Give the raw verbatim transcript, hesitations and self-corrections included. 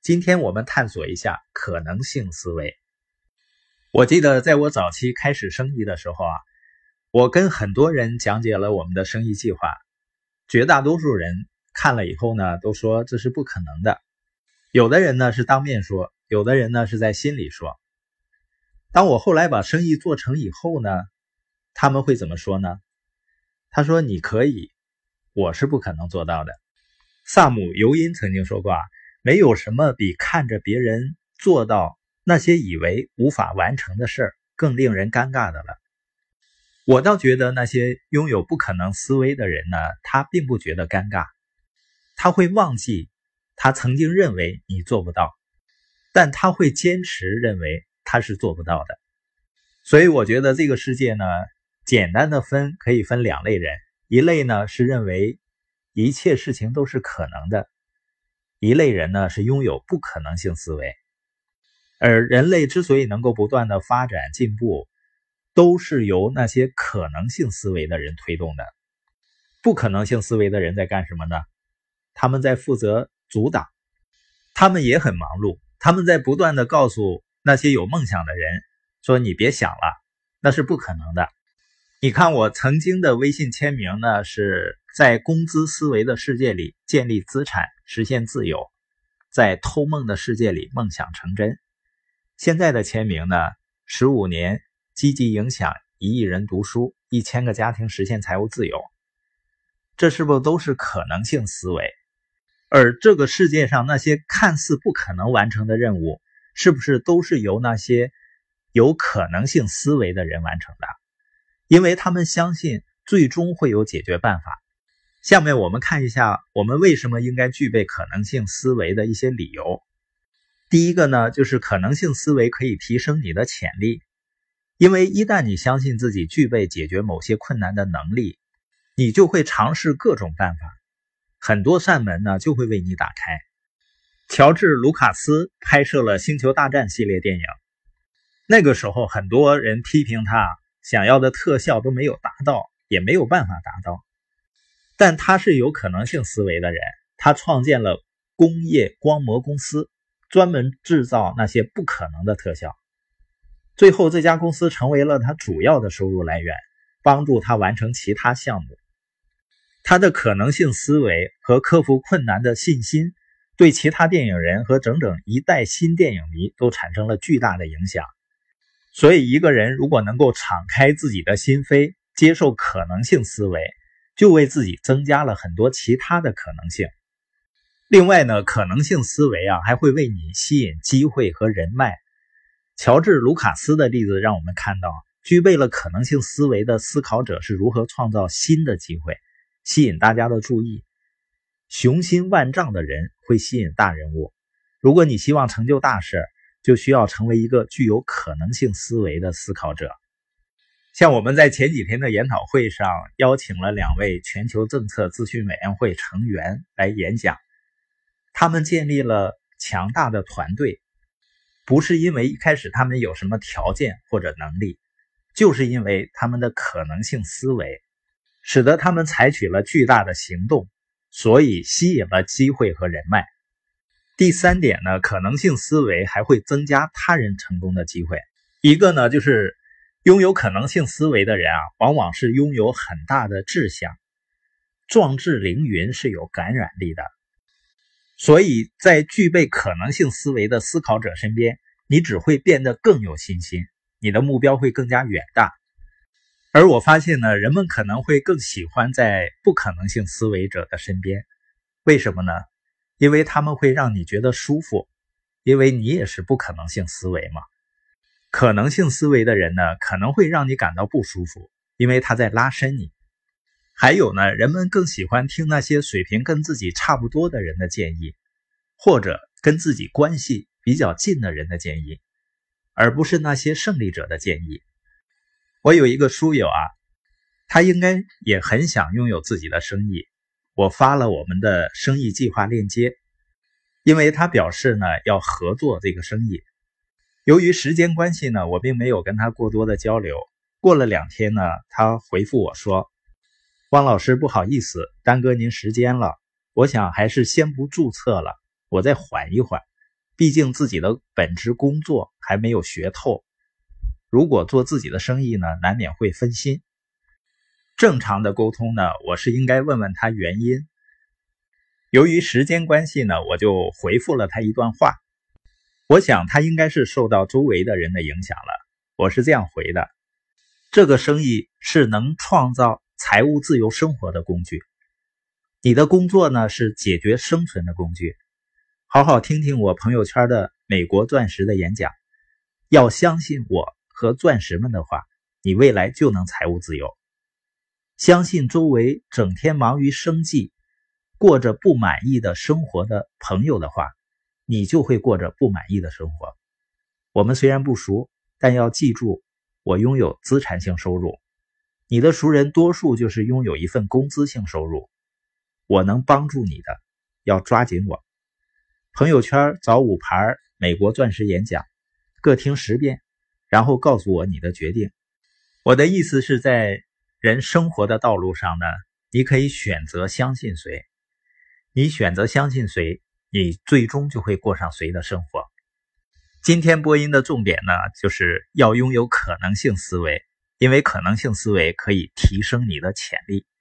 今天我们探索一下可能性思维。我记得在我早期开始生意的时候啊，我跟很多人讲解了我们的生意计划，绝大多数人看了以后呢，都说这是不可能的。有的人呢是当面说，有的人呢是在心里说。当我后来把生意做成以后呢，他们会怎么说呢？他说你可以，我是不可能做到的。萨姆尤因曾经说过啊，没有什么比看着别人做到那些以为无法完成的事儿更令人尴尬的了。我倒觉得那些拥有不可能思维的人呢，他并不觉得尴尬，他会忘记他曾经认为你做不到，但他会坚持认为他是做不到的。所以我觉得这个世界呢，简单的分可以分两类人，一类呢是认为一切事情都是可能的，一类人呢是拥有不可能性思维。而人类之所以能够不断的发展进步，都是由那些可能性思维的人推动的。不可能性思维的人在干什么呢？他们在负责阻挡，他们也很忙碌，他们在不断的告诉那些有梦想的人说你别想了，那是不可能的。你看我曾经的微信签名呢，是在工资思维的世界里建立资产，实现自由，在偷梦的世界里梦想成真。现在的签名呢，十五年积极影响一亿人读书，一千个家庭实现财务自由。这是不是都是可能性思维？而这个世界上那些看似不可能完成的任务，是不是都是由那些有可能性思维的人完成的？因为他们相信最终会有解决办法。下面我们看一下我们为什么应该具备可能性思维的一些理由。第一个呢，就是可能性思维可以提升你的潜力。因为一旦你相信自己具备解决某些困难的能力，你就会尝试各种办法，很多扇门呢就会为你打开。乔治·卢卡斯拍摄了《星球大战》系列电影，那个时候很多人批评他想要的特效都没有达到，也没有办法达到。但他是有可能性思维的人，他创建了工业光魔公司，专门制造那些不可能的特效。最后这家公司成为了他主要的收入来源，帮助他完成其他项目。他的可能性思维和克服困难的信心，对其他电影人和整整一代新电影迷都产生了巨大的影响。所以一个人如果能够敞开自己的心扉，接受可能性思维，就为自己增加了很多其他的可能性。另外呢，可能性思维啊，还会为你吸引机会和人脉。乔治·卢卡斯的例子让我们看到，具备了可能性思维的思考者是如何创造新的机会，吸引大家的注意。雄心万丈的人会吸引大人物。如果你希望成就大事，就需要成为一个具有可能性思维的思考者。像我们在前几天的研讨会上邀请了两位全球政策咨询委员会成员来演讲，他们建立了强大的团队，不是因为一开始他们有什么条件或者能力，就是因为他们的可能性思维使得他们采取了巨大的行动，所以吸引了机会和人脉。第三点呢，可能性思维还会增加他人成功的机会。一个呢，就是拥有可能性思维的人啊，往往是拥有很大的志向，壮志凌云是有感染力的。所以在具备可能性思维的思考者身边，你只会变得更有信心，你的目标会更加远大。而我发现呢，人们可能会更喜欢在不可能性思维者的身边。为什么呢？因为他们会让你觉得舒服，因为你也是不可能性思维嘛。可能性思维的人呢，可能会让你感到不舒服，因为他在拉伸你。还有呢，人们更喜欢听那些水平跟自己差不多的人的建议，或者跟自己关系比较近的人的建议，而不是那些胜利者的建议。我有一个书友啊，他应该也很想拥有自己的生意，我发了我们的生意计划链接，因为他表示呢要合作这个生意。由于时间关系呢，我并没有跟他过多的交流。过了两天呢，他回复我说，汪老师不好意思耽搁您时间了，我想还是先不注册了，我再缓一缓， 毕竟自己的本职工作还没有学透，如果做自己的生意呢，难免会分心。正常的沟通呢，我是应该问问他原因。由于时间关系呢，我就回复了他一段话。我想他应该是受到周围的人的影响了。我是这样回的：这个生意是能创造财务自由生活的工具，你的工作呢是解决生存的工具。好好听听我朋友圈的美国钻石的演讲，要相信我和钻石们的话，你未来就能财务自由。相信周围整天忙于生计，过着不满意的生活的朋友的话，你就会过着不满意的生活。我们虽然不熟，但要记住，我拥有资产性收入，你的熟人多数就是拥有一份工资性收入。我能帮助你的，要抓紧我。朋友圈早午盘美国钻石演讲，各听十遍，然后告诉我你的决定。我的意思是在人生活的道路上呢，你可以选择相信谁，你选择相信谁，你最终就会过上谁的生活。今天播音的重点呢，就是要拥有可能性思维，因为可能性思维可以提升你的潜力。